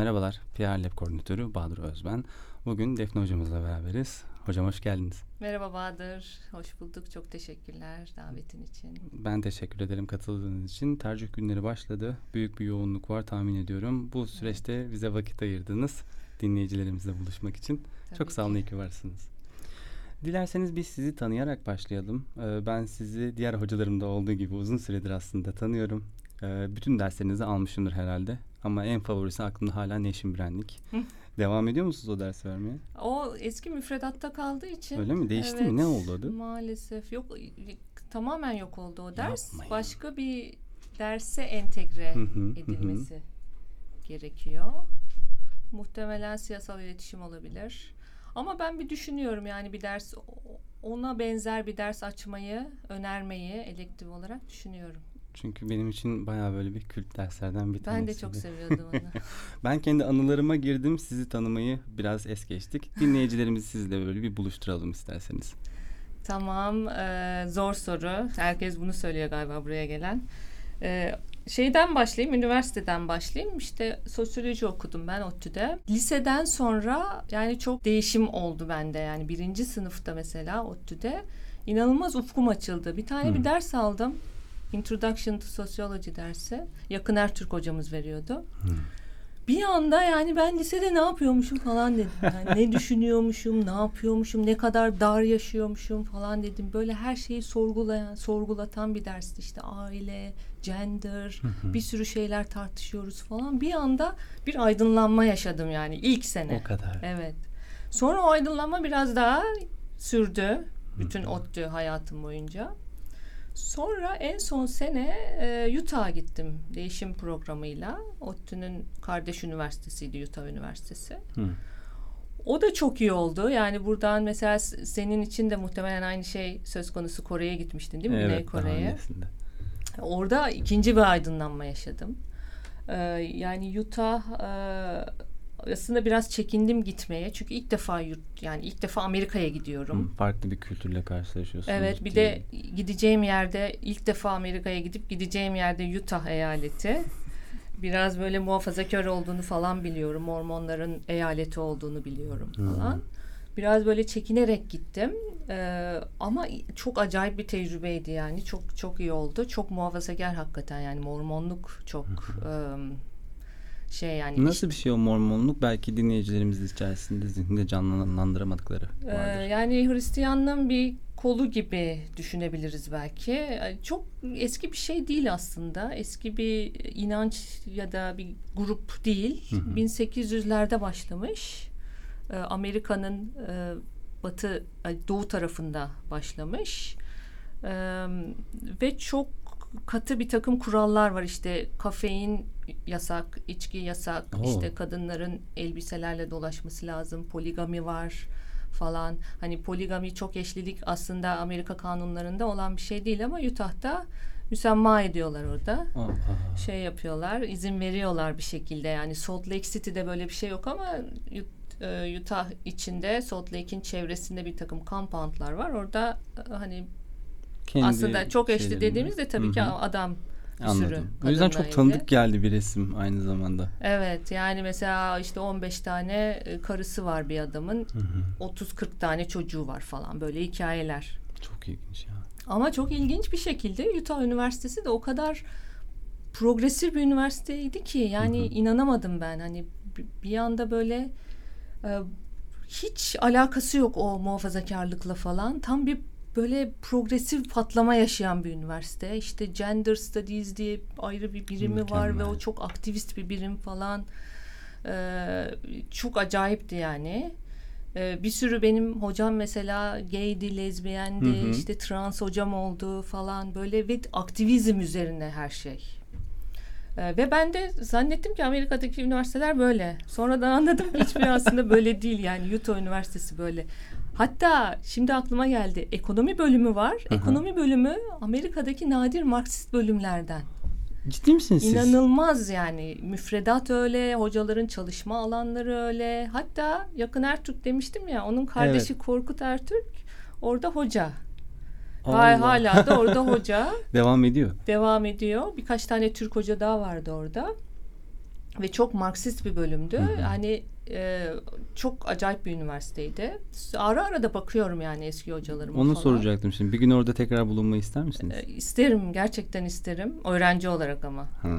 Merhabalar, PR Lab Koordinatörü Bahadır Özben. Bugün Defne hocamızla beraberiz. Hocam hoş geldiniz. Merhaba Bahadır, hoş bulduk. Çok teşekkürler davetin için. Ben teşekkür ederim katıldığınız için. Tercih günleri başladı. Büyük bir yoğunluk var tahmin ediyorum. Bu süreçte bize vakit ayırdınız dinleyicilerimizle buluşmak için. Tabii Çok sağ olun, ki. iyi ki varsınız. Dilerseniz biz sizi tanıyarak başlayalım. Ben sizi diğer hocalarımda olduğu gibi uzun süredir aslında tanıyorum. Bütün derslerinizi almışımdır herhalde. Ama en favorisi aklımda hala Neşin Brenlik. Devam ediyor musunuz o dersi vermeye? O eski müfredatta kaldığı için. Öyle mi? Değişti mi? Evet, Ne oldu adı? maalesef yok. Tamamen yok oldu o ders. Yapma ya. Başka bir derse entegre edilmesi gerekiyor. Muhtemelen siyasal iletişim olabilir. Ama ben bir düşünüyorum, yani bir ders, ona benzer bir ders açmayı, önermeyi elektif olarak düşünüyorum. Çünkü benim için bayağı böyle bir kült derslerden bir tanesi. Ben de çok seviyordum onu. Ben kendi anılarıma girdim. Sizi tanımayı biraz es geçtik. Dinleyicilerimizi sizle böyle bir buluşturalım isterseniz. Tamam, zor soru. Herkes bunu söylüyor galiba buraya gelen. Şeyden başlayayım, üniversiteden başlayayım. İşte sosyoloji okudum ben ODTÜ'de. Liseden sonra yani çok değişim oldu bende. Yani 1. sınıfta mesela ODTÜ'de inanılmaz ufkum açıldı. Bir tane bir ders aldım. Introduction to Sociology dersi. Yakın Ertürk hocamız veriyordu. Bir anda yani ben lisede ne yapıyormuşum falan dedim. Yani ne düşünüyormuşum, ne yapıyormuşum, ne kadar dar yaşıyormuşum falan dedim. Böyle her şeyi sorgulatan bir dersti. İşte aile, gender, bir sürü şeyler tartışıyoruz falan. Bir anda bir aydınlanma yaşadım yani ilk sene. O kadar. Evet. Sonra o aydınlanma biraz daha sürdü. Bütün ODTÜ hayatım boyunca. Sonra en son sene Utah'a gittim değişim programıyla. ODTÜ'nün kardeş üniversitesiydi Utah Üniversitesi. O da çok iyi oldu. Yani buradan mesela senin için de muhtemelen aynı şey söz konusu, Kore'ye gitmiştin değil mi? Evet, Güney Kore'ye. öncesinde. Orada ikinci bir aydınlanma yaşadım. Yani Utah aslında biraz çekindim gitmeye. Çünkü ilk defa Amerika'ya gidiyorum. Farklı bir kültürle karşılaşıyorsunuz. Evet, bir de gideceğim yerde ilk defa Amerika'ya gidip gideceğim yerde Utah eyaleti. Biraz böyle muhafazakar olduğunu falan biliyorum. Mormonların eyaleti olduğunu biliyorum falan. Biraz böyle çekinerek gittim. Ama çok acayip bir tecrübeydi yani. Çok çok iyi oldu. Çok muhafazakar hakikaten, yani Mormonluk çok yani. Nasıl bir şey o Mormonluk? Belki dinleyicilerimiz içerisinde zihninde canlandıramadıkları vardır. Yani Hristiyanlığın bir kolu gibi düşünebiliriz belki. Çok eski bir şey değil aslında. Eski bir inanç ya da bir grup değil. 1800'lerde başlamış. Amerika'nın doğu tarafında başlamış. Ve çok katı bir takım kurallar var. İşte kafein yasak, içki yasak, işte kadınların elbiselerle dolaşması lazım, poligami var falan. Hani poligami, çok eşlilik aslında Amerika kanunlarında olan bir şey değil ama Utah'ta müsemma ediyorlar orada. Şey yapıyorlar, izin veriyorlar bir şekilde. Yani Salt Lake City'de böyle bir şey yok ama Utah içinde, Salt Lake'in çevresinde bir takım compoundlar var. Orada hani kendi aslında çok eşli dediğimizde tabii ki adam bir sürü. O yüzden çok tanıdık geldi bir resim aynı zamanda. Evet, yani mesela işte 15 tane karısı var bir adamın. 30-40 tane çocuğu var falan, böyle hikayeler. Çok ilginç ya. Ama çok ilginç bir şekilde Utah Üniversitesi de o kadar progresif bir üniversiteydi ki yani inanamadım ben. Hani bir anda böyle hiç alakası yok o muhafazakarlıkla falan. Tam bir böyle progresif patlama yaşayan bir üniversite. İşte Gender Studies diye ayrı bir birimi var ve o çok aktivist bir birim falan. Çok acayipti yani. Bir sürü benim hocam mesela gaydi, lezbiyendi, işte trans hocam oldu falan, böyle ve aktivizm üzerine her şey. Ve ben de zannettim ki Amerika'daki üniversiteler böyle. Sonradan anladım ki hiçbir aslında böyle değil. Yani Utah Üniversitesi böyle. Hatta şimdi aklıma geldi. Ekonomi bölümü var. Ekonomi bölümü Amerika'daki nadir Marksist bölümlerden. Ciddi misiniz siz? İnanılmaz yani. Müfredat öyle, hocaların çalışma alanları öyle. Hatta Yakın Ertürk demiştim ya, onun kardeşi Korkut Ertürk orada hoca. Hala da orada hoca. Devam ediyor. Devam ediyor. Birkaç tane Türk hoca daha vardı orada. Ve çok Marksist bir bölümdü. Yani çok acayip bir üniversiteydi. Ara ara da bakıyorum yani eski hocalarıma Onu falan. soracaktım şimdi. Bir gün orada tekrar bulunmayı ister misiniz? İsterim, gerçekten isterim. Öğrenci olarak ama. Ha.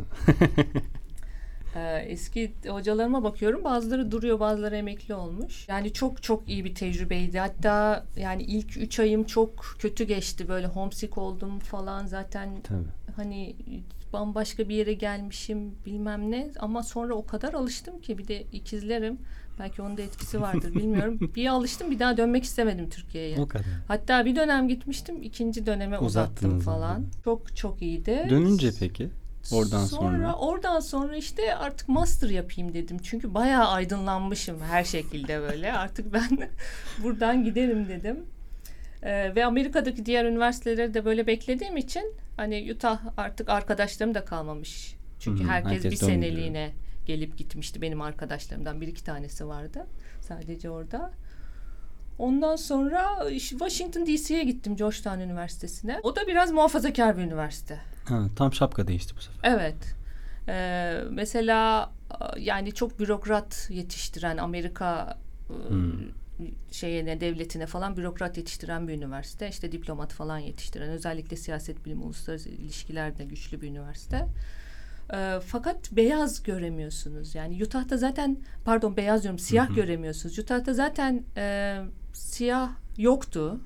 Eski hocalarıma bakıyorum. Bazıları duruyor, bazıları emekli olmuş. Yani çok çok iyi bir tecrübeydi. Hatta yani ilk 3 ayım çok kötü geçti. Böyle homesick oldum falan zaten. Tabii. Hani bambaşka bir yere gelmişim bilmem ne. Ama sonra o kadar alıştım ki, bir de ikizlerim. Belki onun da etkisi vardır bilmiyorum. Bir alıştım, bir daha dönmek istemedim Türkiye'ye. O kadar. Hatta bir dönem gitmiştim, ikinci döneme uzattım falan. Yani. Çok çok iyiydi. Dönünce peki? Oradan sonra işte artık master yapayım dedim. Çünkü bayağı aydınlanmışım her şekilde böyle. Artık ben buradan giderim dedim. Ve Amerika'daki diğer üniversiteleri de böyle beklediğim için hani Utah, artık arkadaşlarım da kalmamış. Çünkü herkes bir seneliğine gelip gitmişti. Benim arkadaşlarımdan 1-2 tanesi vardı sadece orada. Ondan sonra Washington DC'ye gittim, Georgetown Üniversitesi'ne. O da biraz muhafazakar bir üniversite. Ha, tam şapka değişti bu sefer. Evet. Mesela yani çok bürokrat yetiştiren, Amerika devletine falan bürokrat yetiştiren bir üniversite. İşte diplomat falan yetiştiren, özellikle siyaset bilimi, uluslararası ilişkilerde güçlü bir üniversite. Fakat beyaz göremiyorsunuz. Yani Utah'ta zaten, beyaz diyorum, siyah göremiyorsunuz. Utah'ta zaten siyah yoktu.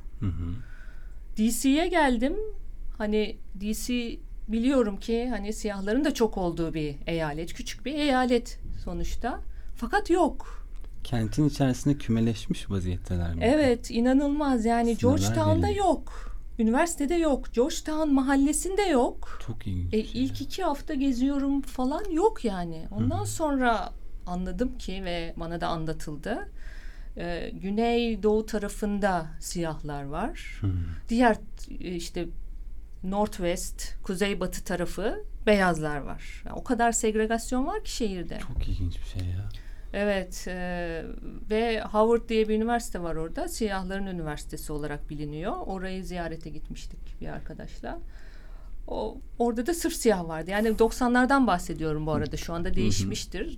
DC'ye geldim. Hani DC, biliyorum ki hani siyahların da çok olduğu bir eyalet. Küçük bir eyalet sonuçta. Fakat yok. Kentin içerisinde kümeleşmiş vaziyetteler mi? Evet, inanılmaz. Yani Sınırlar Georgetown'da belli. yok. Üniversitede yok. Georgetown mahallesinde yok. Çok ilginç. İlk 2 hafta geziyorum falan, yok yani. Ondan sonra anladım ki, ve bana da anlatıldı. Güneydoğu tarafında siyahlar var. Diğer işte Northwest, kuzeybatı tarafı beyazlar var. Yani o kadar segregasyon var ki şehirde. Çok ilginç bir şey ya. Evet, ve Howard diye bir üniversite var orada. Siyahların üniversitesi olarak biliniyor. Orayı ziyarete gitmiştik bir arkadaşla. Orada da sırf siyah vardı. Yani 90'lardan bahsediyorum bu arada. Şu anda değişmiştir.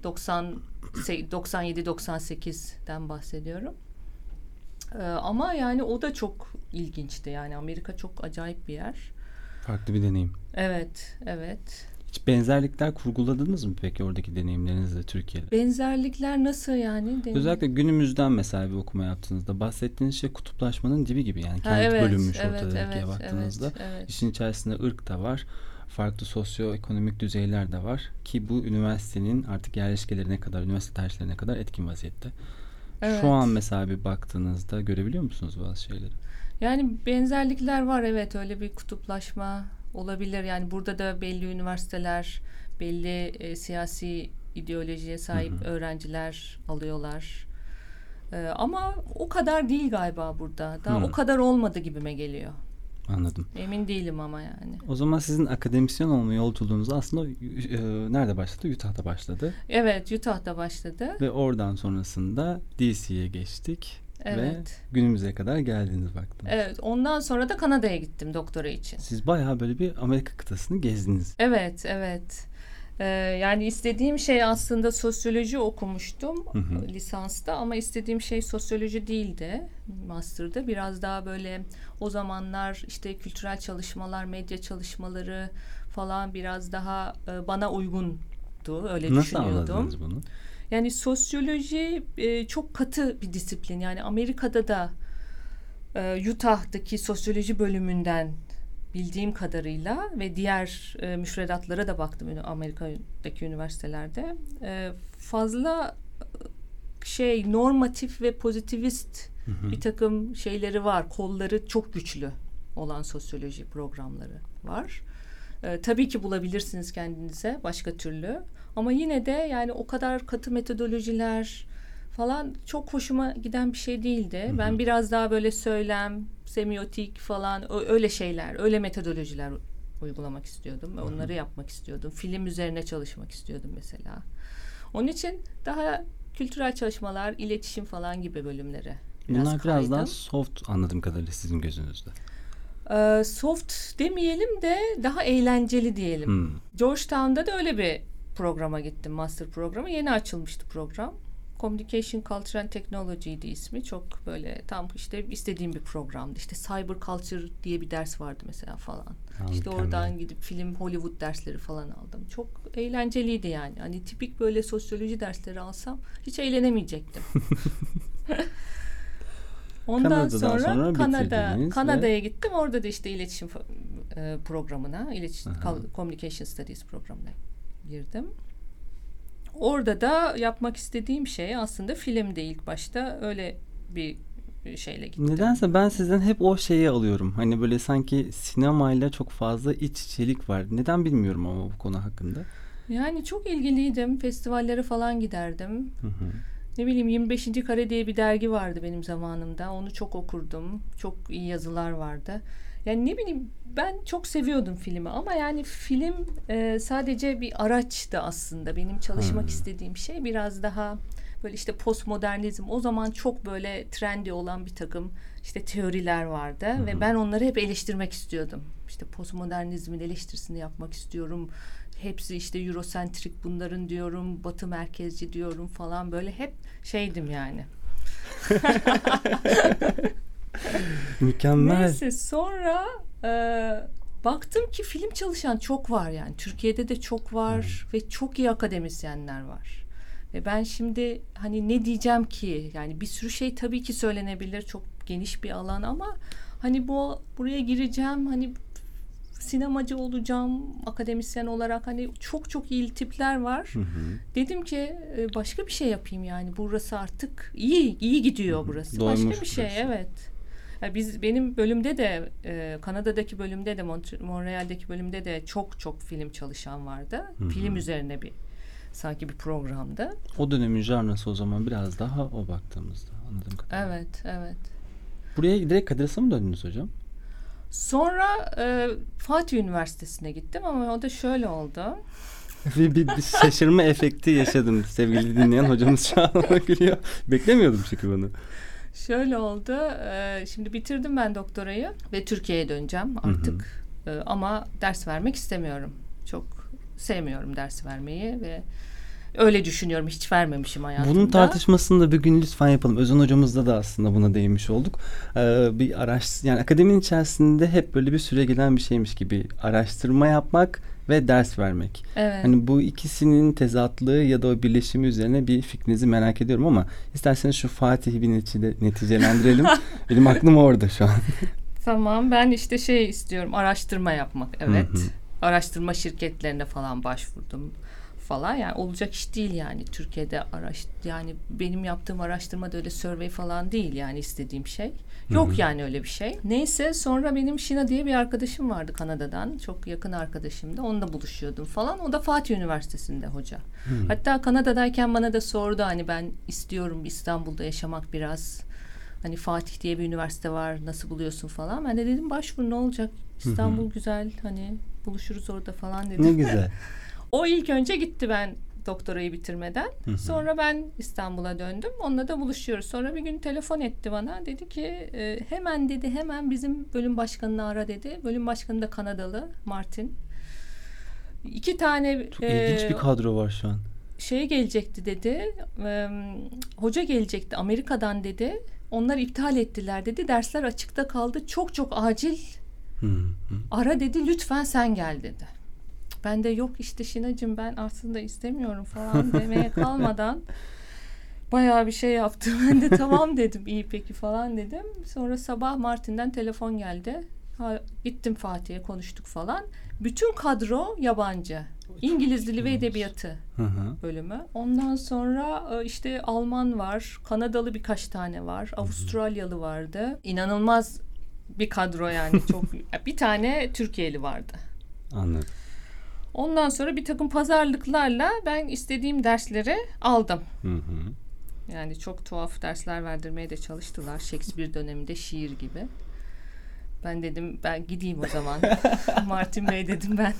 97-98'den bahsediyorum. Ama yani o da çok ilginçti. Yani Amerika çok acayip bir yer. Farklı bir deneyim. Evet, evet. Hiç benzerlikler kurguladınız mı peki oradaki deneyimlerinizle Türkiye'de? Benzerlikler nasıl yani? Özellikle günümüzden mesela bir okuma yaptığınızda bahsettiğiniz şey kutuplaşmanın dibi gibi. Yani kent bölünmüş ortadan baktığınızda. Evet. İşin içerisinde ırk da var. Farklı sosyoekonomik düzeyler de var. Ki bu üniversitenin artık yerleşkelerine kadar, üniversite tercihlerine kadar etkin vaziyette. Evet. Şu an mesela bir baktığınızda görebiliyor musunuz bazı şeyleri? Yani benzerlikler var, evet, öyle bir kutuplaşma olabilir. Yani burada da belli üniversiteler, belli siyasi ideolojiye sahip öğrenciler alıyorlar. Ama o kadar değil galiba burada. Daha o kadar olmadı gibime geliyor. Anladım. Emin değilim ama yani. O zaman sizin akademisyen olma yolculuğunuz aslında nerede başladı? Utah'ta başladı. Evet, Utah'ta başladı. Ve oradan sonrasında DC'ye geçtik. Evet. Ve günümüze kadar geldiğiniz baktınız. Evet, ondan sonra da Kanada'ya gittim doktora için. Siz bayağı böyle bir Amerika kıtasını gezdiniz. Evet, evet. Yani istediğim şey aslında sosyoloji okumuştum lisansta, ama istediğim şey sosyoloji değildi master'da. Biraz daha böyle o zamanlar işte kültürel çalışmalar, medya çalışmaları falan biraz daha bana uygundu. Öyle Nasıl düşünüyordum. Nasıl anladınız bunu? Yani sosyoloji çok katı bir disiplin. Yani Amerika'da da Utah'daki sosyoloji bölümünden bildiğim kadarıyla ve diğer müfredatlara da baktım Amerika'daki üniversitelerde. Fazla normatif ve pozitivist bir takım şeyleri var. Kolları çok güçlü olan sosyoloji programları var. Tabii ki bulabilirsiniz kendinize başka türlü. Ama yine de yani o kadar katı metodolojiler falan çok hoşuma giden bir şey değildi. Ben biraz daha böyle söylem, semiotik falan öyle şeyler, öyle metodolojiler uygulamak istiyordum. Onları yapmak istiyordum. Film üzerine çalışmak istiyordum mesela. Onun için daha kültürel çalışmalar, iletişim falan gibi bölümlere Bunlar biraz daha soft anladığım kadarıyla sizin gözünüzde. Soft demeyelim de daha eğlenceli diyelim. Georgetown'da da öyle bir programa gittim, master programa. Yeni açılmıştı program. Communication Culture and Technology'ydi ismi. Çok böyle tam işte istediğim bir programdı. İşte Cyber Culture diye bir ders vardı mesela falan. İşte oradan gidip film, Hollywood dersleri falan aldım. Çok eğlenceliydi yani. Hani tipik böyle sosyoloji dersleri alsam hiç eğlenemeyecektim. Ondan sonra Kanada'ya gittim. Orada da işte iletişim programına, Communication Studies programına girdim. Orada da yapmak istediğim şey aslında filmdi ilk başta. Öyle bir şeyle gittim. Nedense ben sizden hep o şeyi alıyorum. Hani böyle sanki sinemayla çok fazla iç içelik var. Neden bilmiyorum ama bu konu hakkında. Yani çok ilgiliydim. Festivallere falan giderdim. Ne bileyim 25. Kare diye bir dergi vardı benim zamanımda. Onu çok okurdum. Çok iyi yazılar vardı. Yani ne bileyim ben çok seviyordum filmi ama yani film sadece bir araçtı aslında. Benim çalışmak istediğim şey biraz daha böyle işte postmodernizm. O zaman çok böyle trendy olan bir takım işte teoriler vardı ve ben onları hep eleştirmek istiyordum. İşte postmodernizmin eleştirisini yapmak istiyorum. Hepsi işte Eurosentrik bunların diyorum, Batı merkezci diyorum falan böyle hep şeydim yani. Mükemmel. Neyse sonra baktım ki film çalışan çok var yani. Türkiye'de de çok var ve çok iyi akademisyenler var. Ve ben şimdi hani ne diyeceğim ki? Yani bir sürü şey tabii ki söylenebilir. Çok geniş bir alan ama hani buraya gireceğim hani sinemacı olacağım akademisyen olarak hani çok iyi tipler var. Dedim ki başka bir şey yapayım yani. Burası artık iyi gidiyor burası. Doymuş başka bir şey burası. evet. Yani benim bölümde de Kanada'daki bölümde de Montreal'deki bölümde de çok film çalışan vardı. Film üzerine sanki bir programdı. O dönemin janrası o zaman biraz daha o baktığımızda anladığım kadarıyla. Evet. Buraya direkt Kadir Has'a mı döndünüz hocam? Sonra Fatih Üniversitesi'ne gittim ama o da şöyle oldu. bir şaşırma efekti yaşadım. Sevgili dinleyen hocamız şu an gülüyor. Beklemiyordum çünkü bunu. Şöyle oldu. Şimdi bitirdim ben doktorayı ve Türkiye'ye döneceğim artık. Ama ders vermek istemiyorum. Çok sevmiyorum ders vermeyi ve öyle düşünüyorum. Hiç vermemişim hayatımda. Bunun tartışmasını da bir gün lütfen yapalım. Özün hocamızla da aslında buna değinmiş olduk. Bir yani akademinin içerisinde hep böyle bir süre gelen bir şeymiş gibi araştırma yapmak ve ders vermek. Evet. Hani bu ikisinin tezatlığı ya da o birleşimi üzerine bir fikrinizi merak ediyorum ama isterseniz şu Fatih'i bir neticelendirelim. Benim aklım orada şu an. Tamam, ben işte istiyorum, araştırma yapmak, evet. Araştırma şirketlerine falan başvurdum falan. Yani olacak iş değil yani Türkiye'de yani benim yaptığım araştırma da öyle survey falan değil yani istediğim şey. Yok yani öyle bir şey. Neyse sonra benim Şina diye bir arkadaşım vardı Kanada'dan. Çok yakın arkadaşımdı. Onunla buluşuyordum falan. O da Fatih Üniversitesi'nde hoca. Hatta Kanada'dayken bana da sordu hani ben istiyorum İstanbul'da yaşamak biraz. Hani Fatih diye bir üniversite var. Nasıl buluyorsun falan. Ben de dedim başvur ne olacak? İstanbul güzel. Hani buluşuruz orada falan dedim. Ne güzel. O ilk önce gitti ben doktorayı bitirmeden. Sonra ben İstanbul'a döndüm. Onunla da buluşuyoruz. Sonra bir gün telefon etti bana. Dedi ki hemen bizim bölüm başkanını ara dedi. Bölüm başkanı da Kanadalı Martin. 2 tane Çok ilginç bir kadro var şu an. Gelecekti dedi. Hoca gelecekti Amerika'dan dedi. Onlar iptal ettiler dedi. Dersler açıkta kaldı. Çok acil. Ara dedi. Lütfen sen gel dedi. Ben de yok işte Şinacığım ben aslında istemiyorum falan demeye kalmadan bayağı bir şey yaptım. Ben de tamam dedim iyi peki falan dedim. Sonra sabah Martin'den telefon geldi. Gittim Fatih'e konuştuk falan. Bütün kadro yabancı. İngiliz dili ve edebiyatı bölümü. Ondan sonra işte Alman var. Kanadalı birkaç tane var. Avustralyalı vardı. İnanılmaz bir kadro yani. Çok bir tane Türkiye'li vardı. Anladım. Ondan sonra bir takım pazarlıklarla ben istediğim dersleri aldım. Yani çok tuhaf dersler verdirmeye de çalıştılar. Shakespeare döneminde şiir gibi. Ben dedim ben gideyim o zaman. Martin Bey dedim ben.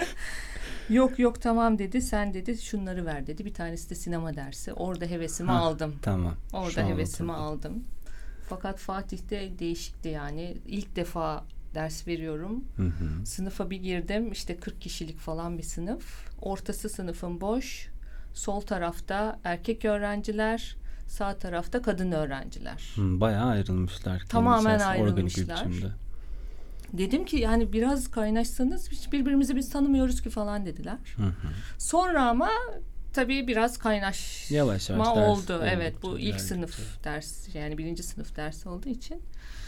Yok tamam dedi. Sen dedi şunları ver dedi. Bir tanesi de sinema dersi. Orada hevesimi aldım. Tamam. Orada hevesimi aldım. Fakat Fatih'te değişikti yani. İlk defa ders veriyorum. Sınıfa bir girdim, işte 40 kişilik falan bir sınıf. Ortası sınıfın boş. Sol tarafta erkek öğrenciler, sağ tarafta kadın öğrenciler. Bayağı ayrılmışlar. Tamamen ayrılmışlar. Dedim ki yani biraz kaynaşsanız, hiç birbirimizi biz tanımıyoruz ki falan dediler. Sonra ama tabii biraz kaynaşma yavaş oldu. Evet, bu ilk sınıf ders, yani 1. sınıf dersi olduğu için.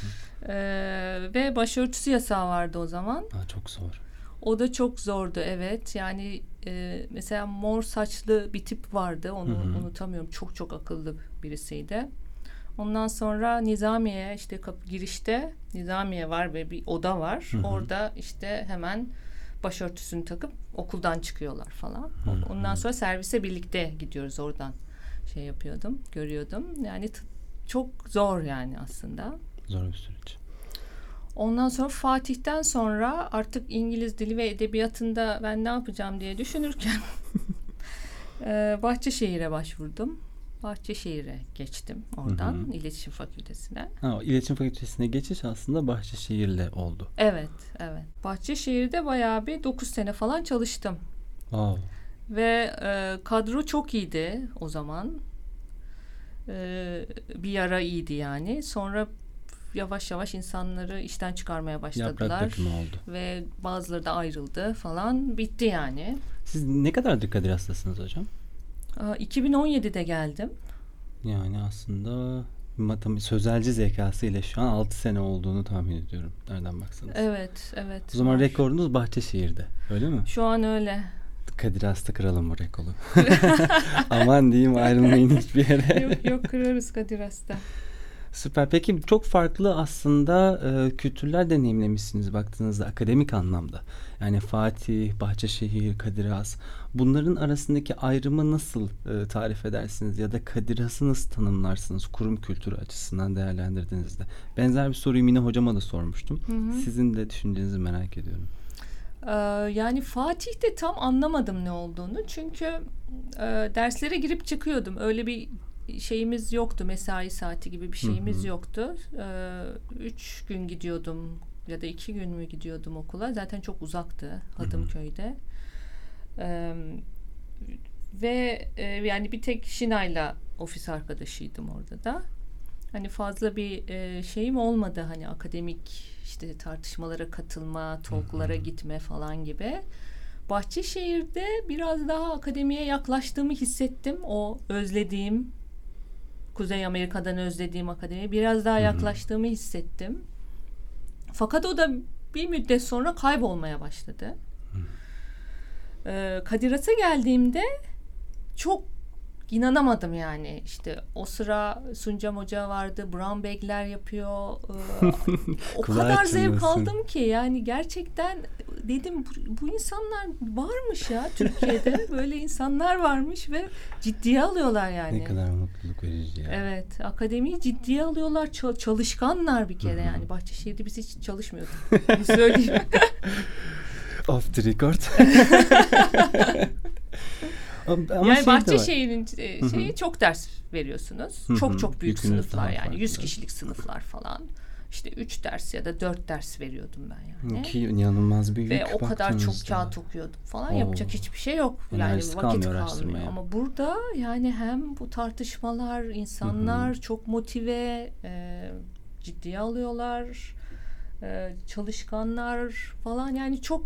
Ve başörtüsü yasağı vardı o zaman. Çok zor. O da çok zordu, evet. Yani mesela mor saçlı bir tip vardı. Onu unutamıyorum. Çok çok akıllı birisiydi. Ondan sonra Nizamiye, işte girişte Nizamiye var ve bir oda var. Orada işte hemen başörtüsünü takıp okuldan çıkıyorlar falan. Ondan sonra servise birlikte gidiyoruz, oradan şey yapıyordum, görüyordum. Yani çok zor yani aslında. Zor bir süreç. Ondan sonra Fatih'ten sonra artık İngiliz dili ve edebiyatında ben ne yapacağım diye düşünürken Bahçeşehir'e başvurdum. Bahçeşehir'e geçtim oradan, İletişim Fakültesine. İletişim Fakültesine geçiş aslında Bahçeşehir'le oldu. Evet. Bahçeşehir'de bayağı bir 9 sene falan çalıştım. Ve kadro çok iyiydi o zaman. Bir ara iyiydi yani. Sonra yavaş yavaş insanları işten çıkarmaya başladılar. Yaprak dökümü oldu. Ve bazıları da ayrıldı falan. Bitti yani. Siz ne kadardır Kadir hastasınız hocam? 2017'de geldim. Yani aslında sözelci zekası ile şu an 6 sene olduğunu tahmin ediyorum. Nereden baksanız. Evet. O zaman rekorunuz Bahçeşehir'de. Öyle mi? Şu an öyle. Kadir hasta kıralım bu rekoru. Aman diyeyim, ayrılmayın hiçbir yere. Yok kırarız Kadir hasta. Süper. Peki çok farklı aslında kültürler deneyimlemişsiniz baktığınızda akademik anlamda. Yani Fatih, Bahçeşehir, Kadir Has. Bunların arasındaki ayrımı nasıl tarif edersiniz ya da Kadir Has'ı nasıl tanımlarsınız kurum kültürü açısından değerlendirdiğinizde? Benzer bir soruyu Mine hocama da sormuştum. Sizin de düşüncenizi merak ediyorum. Yani Fatih'te tam anlamadım ne olduğunu. Çünkü derslere girip çıkıyordum. Öyle bir şeyimiz yoktu. Mesai saati gibi bir şeyimiz yoktu. 3 gün gidiyordum ya da 2 gün mü gidiyordum okula. Zaten çok uzaktı Hadımköy'de. Ve yani bir tek Şina'yla ofis arkadaşıydım orada da. Hani fazla bir şeyim olmadı, hani akademik işte tartışmalara katılma, talklara gitme falan gibi. Bahçeşehir'de biraz daha akademiye yaklaştığımı hissettim. O özlediğim, Kuzey Amerika'dan özlediğim akademiye biraz daha yaklaştığımı hissettim. Fakat o da bir müddet sonra kaybolmaya başladı. Kadir Has'a geldiğimde çok inanamadım yani. İşte o sıra Suncam Hoca vardı, Brown Bag'ler yapıyor. O kadar zevk aldım ki yani gerçekten dedim bu insanlar varmış ya Türkiye'de. Böyle insanlar varmış ve ciddiye alıyorlar yani. Ne kadar mutluluk verici ya. Evet, akademiyi ciddiye alıyorlar. Çalışkanlar bir kere yani. Bahçeşehir'de biz hiç çalışmıyorduk. Bunu söyleyeyim. Off the record. Ama yani Bahçeşehir'in şeyi çok ders veriyorsunuz. Çok büyük sınıflar yani. Farklı. 100 kişilik sınıflar falan. İşte 3 ders ya da 4 ders veriyordum ben yani. Ki inanılmaz büyük. Ve o kadar çok kağıt okuyordum falan. Yapacak hiçbir şey yok. Yani vakit kalmıyor. Ama burada yani hem bu tartışmalar, insanlar çok motive, ciddiye alıyorlar. Çalışkanlar falan yani çok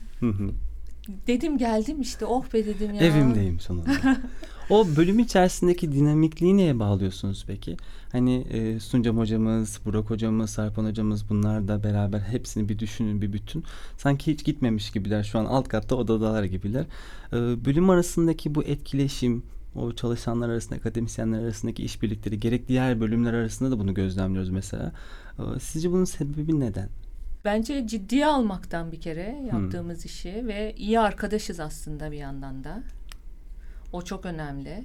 dedim geldim işte, oh be dedim ya. Evimdeyim sonunda. O bölüm içerisindeki dinamikliği neye bağlıyorsunuz peki? Hani Suncam hocamız, Burak hocamız, Sarpan hocamız, bunlar da beraber hepsini bir düşünün, bir bütün. Sanki hiç gitmemiş gibiler, şu an alt katta odadalar gibiler. Bölüm arasındaki bu etkileşim, o çalışanlar arasında, akademisyenler arasındaki işbirlikleri, gerek diğer bölümler arasında da bunu gözlemliyoruz mesela. Sizce bunun sebebi neden? Bence ciddiye almaktan bir kere yaptığımız işi ve iyi arkadaşız aslında bir yandan da. O çok önemli.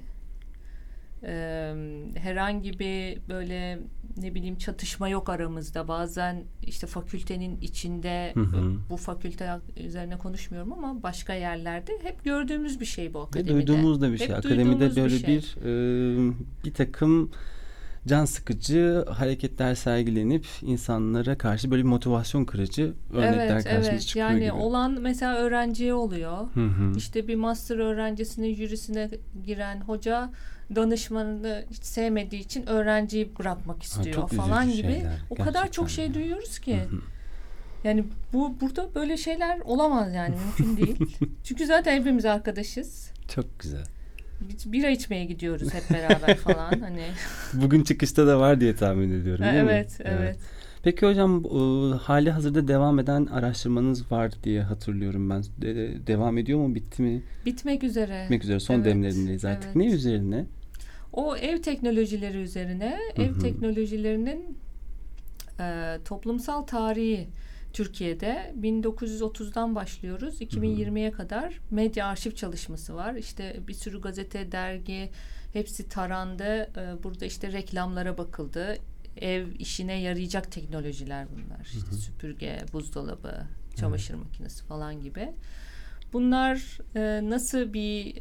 Herhangi bir böyle ne bileyim çatışma yok aramızda. Bazen işte fakültenin içinde bu fakülte üzerine konuşmuyorum ama başka yerlerde hep gördüğümüz bir şey bu akademide. Ve duyduğumuz da bir şey. Akademide böyle bir takım can sıkıcı hareketler sergilenip insanlara karşı böyle bir motivasyon kırıcı örnekler karşımıza çıkıyor yani gibi. olan mesela öğrenciye oluyor. Hı hı. İşte bir master öğrencisinin jürisine giren hoca danışmanını hiç sevmediği için öğrenciyi bırakmak istiyor çok falan üzücü gibi. şeyler, O kadar çok gerçekten şey ya. duyuyoruz ki. Hı hı. Yani burada böyle şeyler olamaz yani, mümkün değil. Çünkü zaten hepimiz arkadaşız. Çok güzel. Bira içmeye gidiyoruz hep beraber falan hani. Bugün çıkışta da var diye tahmin ediyorum, değil mi? Evet. Peki hocam, hali hazırda devam eden araştırmanız var diye hatırlıyorum ben. Devam ediyor mu? Bitti mi? Bitmek üzere. Bitmek üzere. Son demlerindeyiz artık. Evet. Ne üzerine? O ev teknolojileri üzerine, ev teknolojilerinin toplumsal tarihi Türkiye'de 1930'dan başlıyoruz. 2020'ye kadar medya arşiv çalışması var. İşte bir sürü gazete, dergi hepsi tarandı. Burada işte reklamlara bakıldı. Ev işine yarayacak teknolojiler bunlar. İşte süpürge, buzdolabı, çamaşır makinesi falan gibi. Bunlar nasıl bir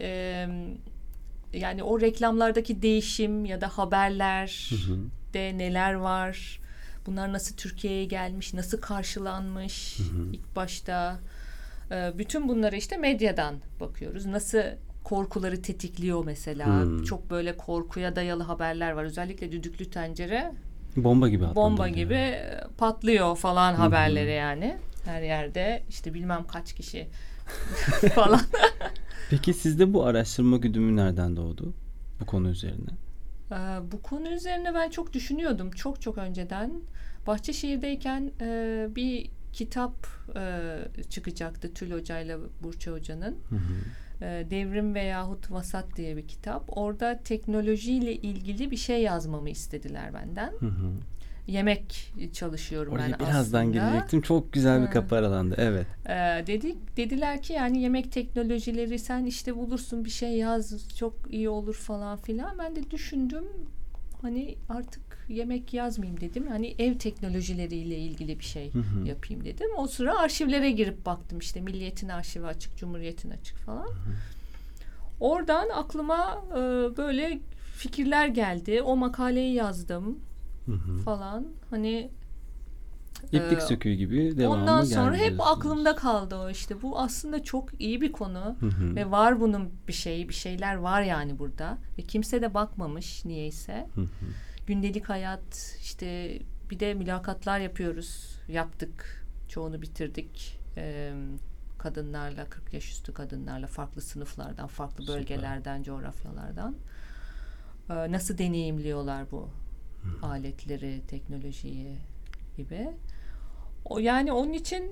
yani o reklamlardaki değişim ya da haberlerde neler var? Bunlar nasıl Türkiye'ye gelmiş? Nasıl karşılanmış ilk başta? Bütün bunları işte medyadan bakıyoruz. Nasıl korkuları tetikliyor mesela? Çok böyle korkuya dayalı haberler var. Özellikle düdüklü tencere bomba gibi patlıyor falan haberleri yani. Her yerde işte bilmem kaç kişi falan. Peki sizde bu araştırma güdümü nereden doğdu bu konu üzerine? Bu konu üzerine ben çok düşünüyordum. Çok önceden. Bahçeşehir'deyken bir kitap çıkacaktı Tül Hoca ile Burçe Hoca'nın. Devrim veyahut Vasat diye bir kitap. Orada teknolojiyle ilgili bir şey yazmamı istediler benden. Yemek çalışıyorum oraya ben aslında. Birazdan gelecektim. Çok güzel bir kapı aralandı. Evet. Dediler ki yani yemek teknolojileri sen işte bulursun bir şey yaz çok iyi olur falan filan. Ben de düşündüm hani artık yemek yazmayayım dedim. Hani ev teknolojileriyle ilgili bir şey yapayım dedim. O sıra arşivlere girip baktım işte Milliyet'in arşivi açık, Cumhuriyet'in açık falan. Oradan aklıma böyle fikirler geldi. O makaleyi yazdım falan. Hani İplik söküğü gibi devamlı ondan sonra hep diyorsunuz. aklımda kaldı o işte. Bu aslında çok iyi bir konu ve var bunun bir şeyler var yani burada. Ve kimse de bakmamış niyeyse. Gündelik hayat işte bir de mülakatlar yaptık. Çoğunu bitirdik. Kadınlarla 40 yaş üstü kadınlarla farklı sınıflardan, farklı bölgelerden, coğrafyalardan. Nasıl deneyimliyorlar bu aletleri, teknolojiyi gibi. Yani onun için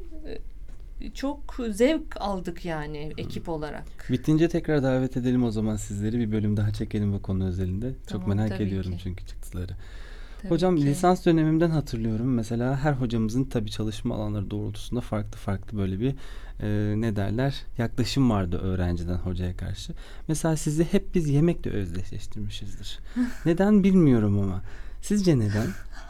çok zevk aldık yani ekip olarak. Bitince tekrar davet edelim o zaman sizleri. Bir bölüm daha çekelim bu konu özelinde. Çok Tamam, merak ediyorum ki. çünkü çıktıları. Tabii Hocam ki. lisans dönemimden hatırlıyorum. Mesela her hocamızın tabii çalışma alanları doğrultusunda farklı böyle bir yaklaşım vardı öğrenciden hocaya karşı. Mesela sizi hep biz yemekle özdeşleştirmişizdir. Neden bilmiyorum ama. Sizce neden?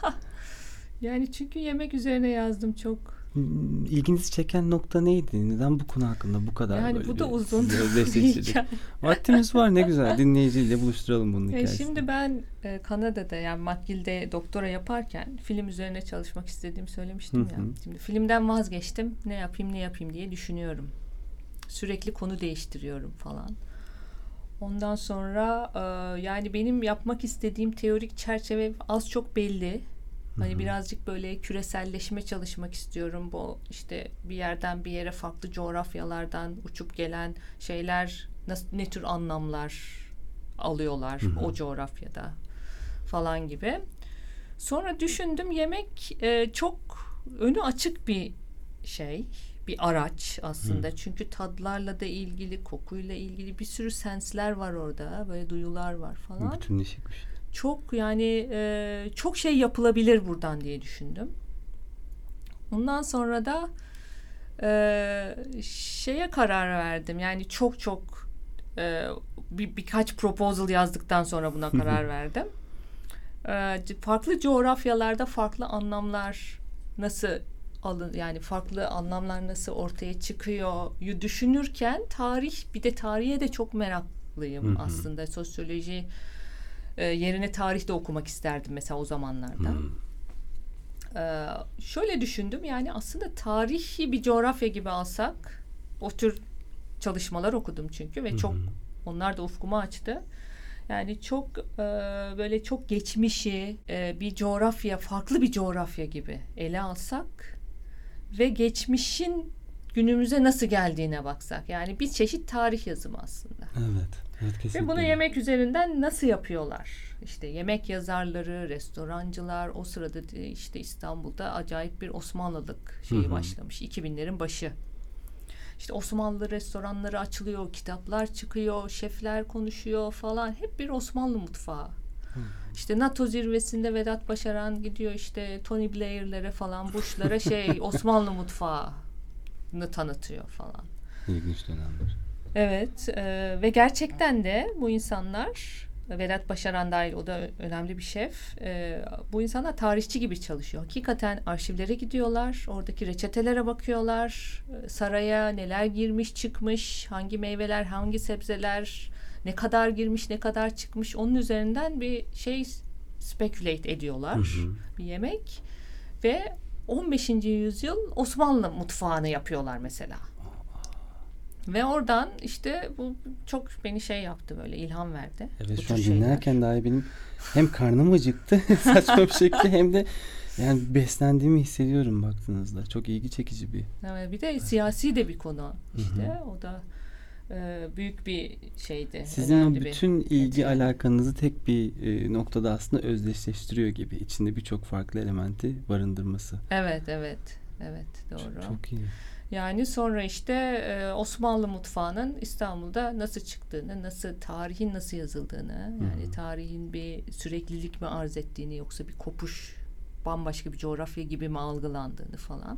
Yani çünkü yemek üzerine yazdım çok. İlginizi çeken nokta neydi? Neden bu konu hakkında bu kadar Yani böyle bu da uzun özdeşleştirdik? Vaktimiz var, ne güzel. Dinleyiciyle buluşturalım bunun hikayesini. Şimdi ben Kanada'da yani McGill'de doktora yaparken film üzerine çalışmak istediğimi söylemiştim ya. Şimdi filmden vazgeçtim. Ne yapayım diye düşünüyorum. Sürekli konu değiştiriyorum falan. Ondan sonra yani benim yapmak istediğim teorik çerçeve az çok belli. Hani birazcık böyle küreselleşme çalışmak istiyorum. Bu işte bir yerden bir yere farklı coğrafyalardan uçup gelen şeyler ne tür anlamlar alıyorlar o coğrafyada falan gibi. Sonra düşündüm yemek çok önü açık bir şey. Bir araç aslında. Çünkü tadlarla da ilgili, kokuyla ilgili bir sürü sensler var orada. Böyle duyular var falan. Bütünleşikmiş. Çok yani çok şey yapılabilir buradan diye düşündüm. Ondan sonra da şeye karar verdim. Yani çok birkaç proposal yazdıktan sonra buna karar verdim. Farklı coğrafyalarda farklı anlamlar nasıl yani farklı anlamlar nasıl ortaya çıkıyor düşünürken bir de tarihe de çok meraklıyım aslında. Sosyoloji Yerine tarih de okumak isterdim mesela o zamanlarda. Şöyle düşündüm, yani aslında tarihi bir coğrafya gibi alsak, o tür çalışmalar okudum çünkü ve çok, onlar da ufkumu açtı. Yani çok böyle çok geçmişi bir coğrafya, farklı bir coğrafya gibi ele alsak ve geçmişin günümüze nasıl geldiğine baksak. Yani bir çeşit tarih yazımı aslında. Evet, kesinlikle. Ve bunu yemek üzerinden nasıl yapıyorlar? İşte yemek yazarları, restorancılar, o sırada işte İstanbul'da acayip bir Osmanlılık şeyi başlamış. 2000'lerin başı. İşte Osmanlı restoranları açılıyor, kitaplar çıkıyor, şefler konuşuyor falan. Hep bir Osmanlı mutfağı. İşte NATO zirvesinde Vedat Başaran gidiyor işte Tony Blair'lere falan, Bush'lara Osmanlı mutfağını tanıtıyor falan. İlginç dönemler. Evet ve gerçekten de bu insanlar, Vedat Başaran dahil, o da önemli bir şef, bu insanlar tarihçi gibi çalışıyor. Hakikaten arşivlere gidiyorlar, oradaki reçetelere bakıyorlar, saraya neler girmiş çıkmış, hangi meyveler, hangi sebzeler, ne kadar girmiş, ne kadar çıkmış, onun üzerinden bir speculate ediyorlar, bir yemek ve 15. yüzyıl Osmanlı mutfağını yapıyorlar mesela. Ve oradan işte bu çok beni yaptı, böyle ilham verdi. Evet, şu an dinlerken dahi benim hem karnım acıktı saçma bir şekilde, hem de yani beslendiğimi hissediyorum baktığınızda. Çok ilgi çekici bir. Evet, bir de siyasi de bir konu işte. O da büyük bir şeydi. Sizin o bütün ilgi alakanızı tek bir noktada aslında özdeşleştiriyor gibi. İçinde birçok farklı elementi barındırması. Evet, doğru. Çok iyi. Yani sonra işte Osmanlı mutfağının İstanbul'da nasıl çıktığını, tarihin nasıl yazıldığını, yani tarihin bir süreklilik mi arz ettiğini, yoksa bir kopuş, bambaşka bir coğrafya gibi mi algılandığını falan.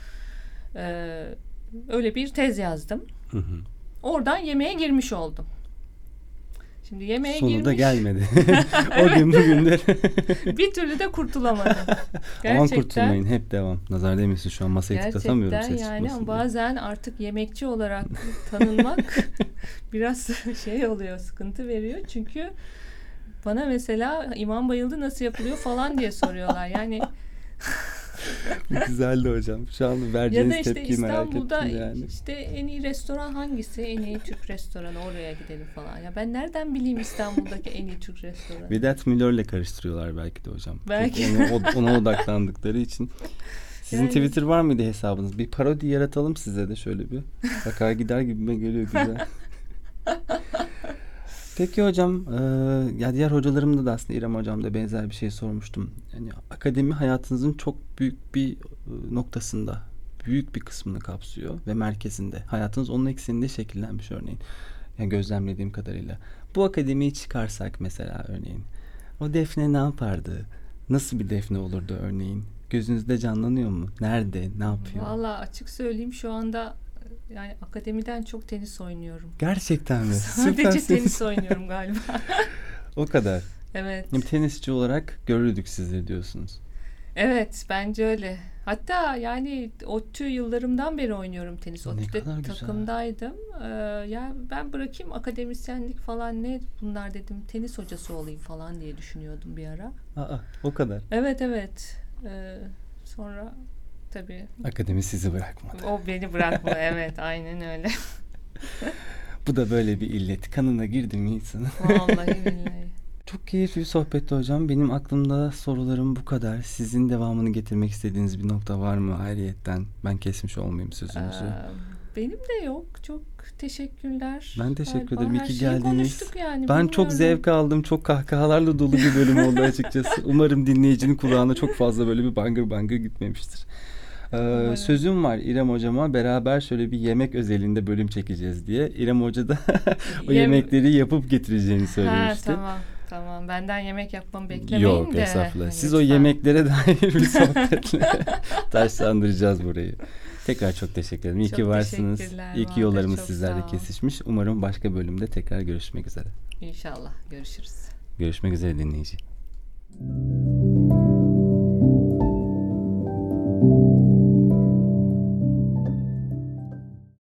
Öyle bir tez yazdım. Oradan yemeğe girmiş oldum. Şimdi yemeğe sonunda girmiş. gelmedi. O gün bugündür. Bir türlü de kurtulamadım. Gerçekten. Aman kurtulmayın, hep devam. Nazar değmesin, şu an masayı tıklatamıyorum ses Gerçekten yani, çıkmasın bazen artık yemekçi olarak tanınmak biraz oluyor, sıkıntı veriyor. Çünkü bana mesela İmam Bayıldı nasıl yapılıyor falan diye soruyorlar. Yani Bu güzeldi hocam. Şu an vereceğiniz işte tepkiyi merak ettim İstanbul'da yani. işte en iyi restoran hangisi? En iyi Türk restoranı, oraya gidelim falan. Ya ben nereden bileyim İstanbul'daki en iyi Türk restoranı? Vedat Milor'la karıştırıyorlar belki de hocam. Belki. Ona odaklandıkları için. Sizin Yani... Twitter var mıydı hesabınız? Bir parodi yaratalım size de şöyle bir. Bakar gider gibime geliyor, güzel. Peki hocam, ya diğer hocalarımda da aslında, İrem hocam da benzer bir şey sormuştum. Yani akademi hayatınızın çok büyük bir noktasında, büyük bir kısmını kapsıyor ve merkezinde. Hayatınız onun ekseninde şekillenmiş örneğin. Yani gözlemlediğim kadarıyla. Bu akademiyi çıkarsak mesela örneğin, o Defne ne yapardı? Nasıl bir Defne olurdu örneğin? Gözünüzde canlanıyor mu? Nerede? Ne yapıyor? Vallahi açık söyleyeyim, şu anda yani akademiden çok tenis oynuyorum. Gerçekten mi? Sadece tenis oynuyorum galiba. O kadar. Evet. Bir tenisçi olarak görürdük sizleri diyorsunuz. Evet, bence öyle. Hatta yani ODTÜ yıllarımdan beri oynuyorum tenis. ODTÜ'de takımdaydım. Ya ben bırakayım akademisyenlik falan, ne bunlar dedim. Tenis hocası olayım falan diye düşünüyordum bir ara. O kadar. Evet. Sonra tabii. Akademi sizi bırakmadı. O beni bırakmadı. Evet, aynen öyle. Bu da böyle bir illet. Kanına girdi mi insanın? Vallahi billahi. Çok keyifli bir sohbetti hocam. Benim aklımda sorularım bu kadar. Sizin devamını getirmek istediğiniz bir nokta var mı ayrıyetten? Ben kesmiş olmayayım sözünüzü. Benim de yok. Çok teşekkürler. Ben teşekkür ederim. İyi ki geldiniz. Konuştuk yani. Ben bilmiyorum. çok zevk aldım. Çok kahkahalarla dolu bir bölüm oldu açıkçası. Umarım dinleyicinin kulağına çok fazla böyle bir bangır bangır gitmemiştir. Sözüm var İrem hocama, beraber şöyle bir yemek özelinde bölüm çekeceğiz diye. İrem hoca da o yemekleri yapıp getireceğini söylemişti. Tamam. Benden yemek yapmamı beklemeyin de. Yok, estağfurullah. Siz lütfen. o yemeklere dair bir sohbetle taşlandıracağız burayı. Tekrar çok teşekkür ederim. İyi ki varsınız. İyi ki yollarımız sizlerle kesişmiş. Umarım başka bölümde tekrar görüşmek üzere. İnşallah. Görüşürüz. Görüşmek üzere dinleyici.